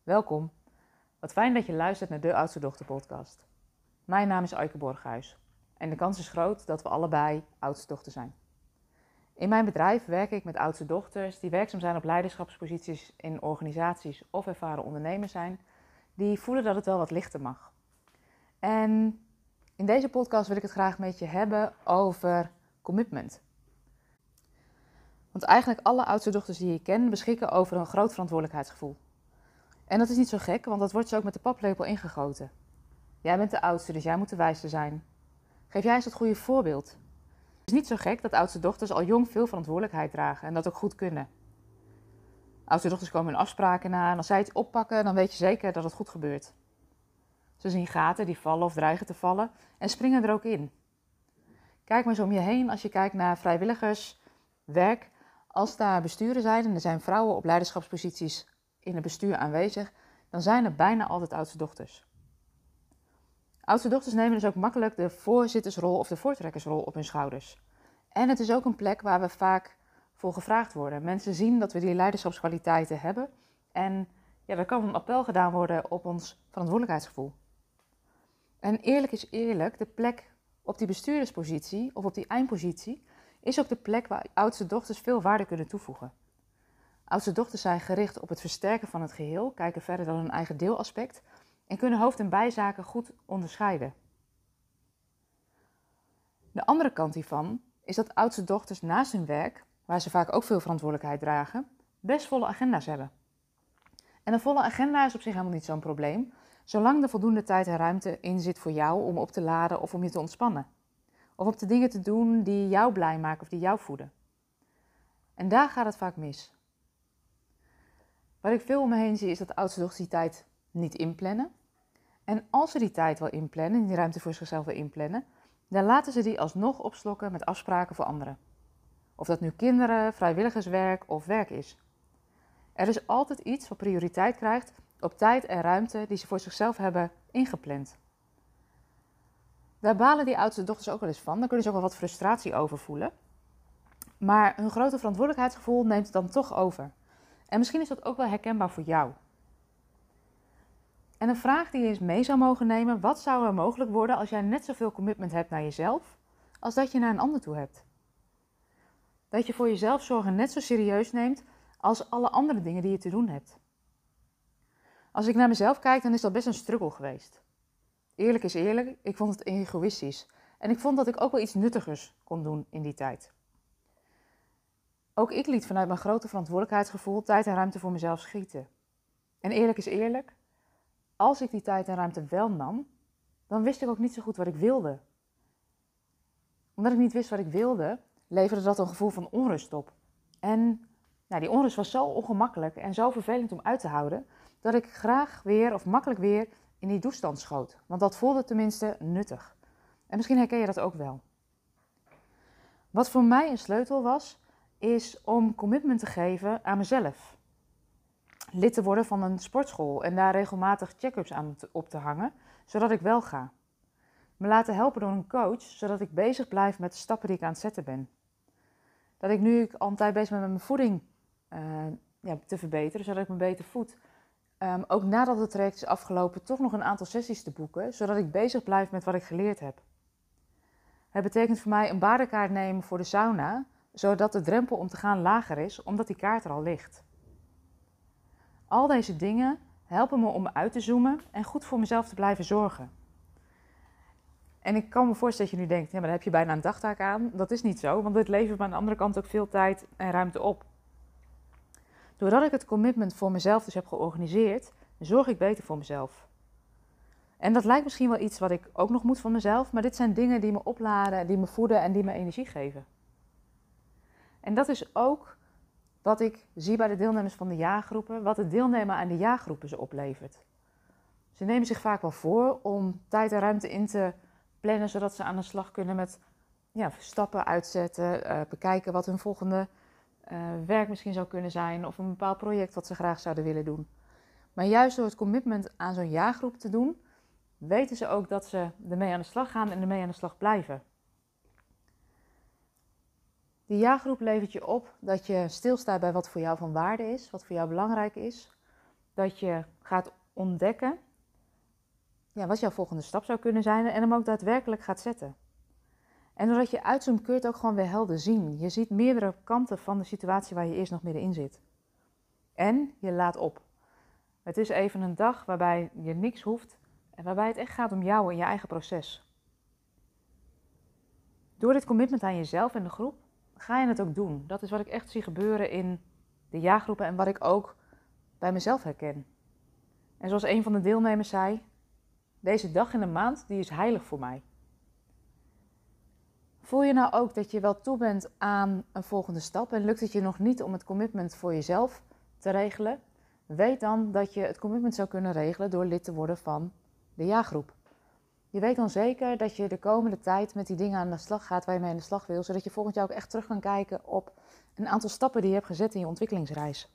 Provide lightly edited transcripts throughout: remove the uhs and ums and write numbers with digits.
Welkom. Wat fijn dat je luistert naar de Oudste Dochter podcast. Mijn naam is Aike Borghuis en de kans is groot dat we allebei oudste dochter zijn. In mijn bedrijf werk ik met oudste dochters die werkzaam zijn op leiderschapsposities in organisaties of ervaren ondernemers zijn, die voelen dat het wel wat lichter mag. En in deze podcast wil ik het graag met je hebben over commitment. Want eigenlijk alle oudste dochters die ik ken beschikken over een groot verantwoordelijkheidsgevoel. En dat is niet zo gek, want dat wordt ze ook met de paplepel ingegoten. Jij bent de oudste, dus jij moet de wijste zijn. Geef jij eens het goede voorbeeld. Het is niet zo gek dat oudste dochters al jong veel verantwoordelijkheid dragen en dat ook goed kunnen. Oudste dochters komen hun afspraken na en als zij iets oppakken, dan weet je zeker dat het goed gebeurt. Ze zien gaten die vallen of dreigen te vallen en springen er ook in. Kijk maar eens om je heen als je kijkt naar vrijwilligerswerk. Als daar besturen zijn en er zijn vrouwen op leiderschapsposities in het bestuur aanwezig, dan zijn er bijna altijd oudste dochters. Oudste dochters nemen dus ook makkelijk de voorzittersrol of de voortrekkersrol op hun schouders. En het is ook een plek waar we vaak voor gevraagd worden. Mensen zien dat we die leiderschapskwaliteiten hebben en er kan een appel gedaan worden op ons verantwoordelijkheidsgevoel. En eerlijk is eerlijk, de plek op die bestuurderspositie of op die eindpositie is ook de plek waar oudste dochters veel waarde kunnen toevoegen. Oudste dochters zijn gericht op het versterken van het geheel, kijken verder dan hun eigen deelaspect en kunnen hoofd- en bijzaken goed onderscheiden. De andere kant hiervan is dat oudste dochters naast hun werk, waar ze vaak ook veel verantwoordelijkheid dragen, best volle agenda's hebben. En een volle agenda is op zich helemaal niet zo'n probleem, zolang er voldoende tijd en ruimte in zit voor jou om op te laden of om je te ontspannen. Of op de dingen te doen die jou blij maken of die jou voeden. En daar gaat het vaak mis. Wat ik veel om me heen zie is dat oudste dochters die tijd niet inplannen. En als ze die tijd wel inplannen en die ruimte voor zichzelf wel inplannen, dan laten ze die alsnog opslokken met afspraken voor anderen. Of dat nu kinderen, vrijwilligerswerk of werk is. Er is altijd iets wat prioriteit krijgt op tijd en ruimte die ze voor zichzelf hebben ingepland. Daar balen die oudste dochters ook wel eens van, daar kunnen ze ook wel wat frustratie over voelen. Maar hun grote verantwoordelijkheidsgevoel neemt het dan toch over. En misschien is dat ook wel herkenbaar voor jou. En een vraag die je eens mee zou mogen nemen: wat zou er mogelijk worden als jij net zoveel commitment hebt naar jezelf als dat je naar een ander toe hebt? Dat je voor jezelf zorgen net zo serieus neemt als alle andere dingen die je te doen hebt. Als ik naar mezelf kijk, dan is dat best een struggle geweest. Eerlijk is eerlijk, ik vond het egoïstisch. En ik vond dat ik ook wel iets nuttigers kon doen in die tijd. Ook ik liet vanuit mijn grote verantwoordelijkheidsgevoel tijd en ruimte voor mezelf schieten. En eerlijk is eerlijk, als ik die tijd en ruimte wel nam, dan wist ik ook niet zo goed wat ik wilde. Omdat ik niet wist wat ik wilde, leverde dat een gevoel van onrust op. En die onrust was zo ongemakkelijk en zo vervelend om uit te houden, dat ik graag weer of makkelijk weer in die toestand schoot. Want dat voelde tenminste nuttig. En misschien herken je dat ook wel. Wat voor mij een sleutel was, is om commitment te geven aan mezelf. Lid te worden van een sportschool en daar regelmatig check-ups aan op te hangen, zodat ik wel ga. Me laten helpen door een coach, zodat ik bezig blijf met de stappen die ik aan het zetten ben. Dat ik nu al een tijd bezig ben met mijn voeding te verbeteren, zodat ik me beter voed. Ook nadat het traject is afgelopen, toch nog een aantal sessies te boeken, zodat ik bezig blijf met wat ik geleerd heb. Het betekent voor mij een badenkaart nemen voor de sauna, zodat de drempel om te gaan lager is, omdat die kaart er al ligt. Al deze dingen helpen me om uit te zoomen en goed voor mezelf te blijven zorgen. En ik kan me voorstellen dat je nu denkt, ja, maar dan heb je bijna een dagtaak aan. Dat is niet zo, want dit levert me aan de andere kant ook veel tijd en ruimte op. Doordat ik het commitment voor mezelf dus heb georganiseerd, zorg ik beter voor mezelf. En dat lijkt misschien wel iets wat ik ook nog moet van mezelf, maar dit zijn dingen die me opladen, die me voeden en die me energie geven. En dat is ook wat ik zie bij de deelnemers van de jaargroepen, wat het deelnemen aan de jaargroepen ze oplevert. Ze nemen zich vaak wel voor om tijd en ruimte in te plannen, zodat ze aan de slag kunnen met stappen uitzetten, bekijken wat hun volgende werk misschien zou kunnen zijn of een bepaald project wat ze graag zouden willen doen. Maar juist door het commitment aan zo'n jaargroep te doen, weten ze ook dat ze ermee aan de slag gaan en ermee aan de slag blijven. Die jaargroep levert je op dat je stilstaat bij wat voor jou van waarde is, wat voor jou belangrijk is. Dat je gaat ontdekken wat jouw volgende stap zou kunnen zijn en hem ook daadwerkelijk gaat zetten. En doordat je uitzoomt kun je het ook gewoon weer helder zien. Je ziet meerdere kanten van de situatie waar je eerst nog middenin zit. En je laat op. Het is even een dag waarbij je niks hoeft en waarbij het echt gaat om jou en je eigen proces. Door dit commitment aan jezelf en de groep ga je het ook doen. Dat is wat ik echt zie gebeuren in de jaargroepen en wat ik ook bij mezelf herken. En zoals een van de deelnemers zei, deze dag in de maand die is heilig voor mij. Voel je nou ook dat je wel toe bent aan een volgende stap en lukt het je nog niet om het commitment voor jezelf te regelen? Weet dan dat je het commitment zou kunnen regelen door lid te worden van de jaargroep. Je weet dan zeker dat je de komende tijd met die dingen aan de slag gaat waar je mee aan de slag wil, zodat je volgend jaar ook echt terug kan kijken op een aantal stappen die je hebt gezet in je ontwikkelingsreis.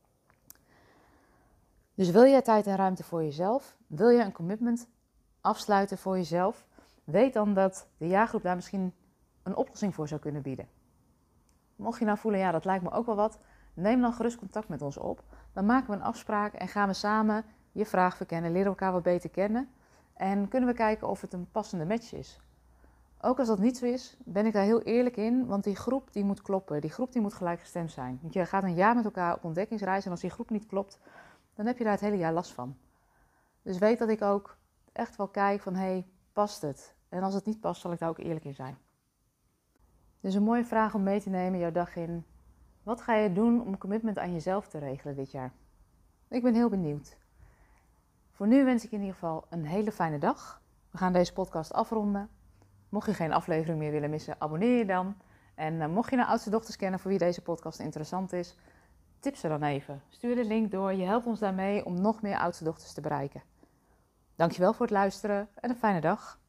Dus wil je tijd en ruimte voor jezelf? Wil je een commitment afsluiten voor jezelf? Weet dan dat de jaargroep daar misschien een oplossing voor zou kunnen bieden. Mocht je nou voelen, dat lijkt me ook wel wat, neem dan gerust contact met ons op. Dan maken we een afspraak en gaan we samen je vraag verkennen, leren elkaar wat beter kennen en kunnen we kijken of het een passende match is. Ook als dat niet zo is, ben ik daar heel eerlijk in, want die groep die moet kloppen, die groep die moet gelijkgestemd zijn. Want je gaat een jaar met elkaar op ontdekkingsreis en als die groep niet klopt, dan heb je daar het hele jaar last van. Dus weet dat ik ook echt wel kijk van, past het? En als het niet past, zal ik daar ook eerlijk in zijn. Dus een mooie vraag om mee te nemen jouw dag in. Wat ga je doen om commitment aan jezelf te regelen dit jaar? Ik ben heel benieuwd. Voor nu wens ik in ieder geval een hele fijne dag. We gaan deze podcast afronden. Mocht je geen aflevering meer willen missen, abonneer je dan. En mocht je nou oudste dochters kennen voor wie deze podcast interessant is, tip ze dan even. Stuur de link door. Je helpt ons daarmee om nog meer oudste dochters te bereiken. Dankjewel voor het luisteren en een fijne dag.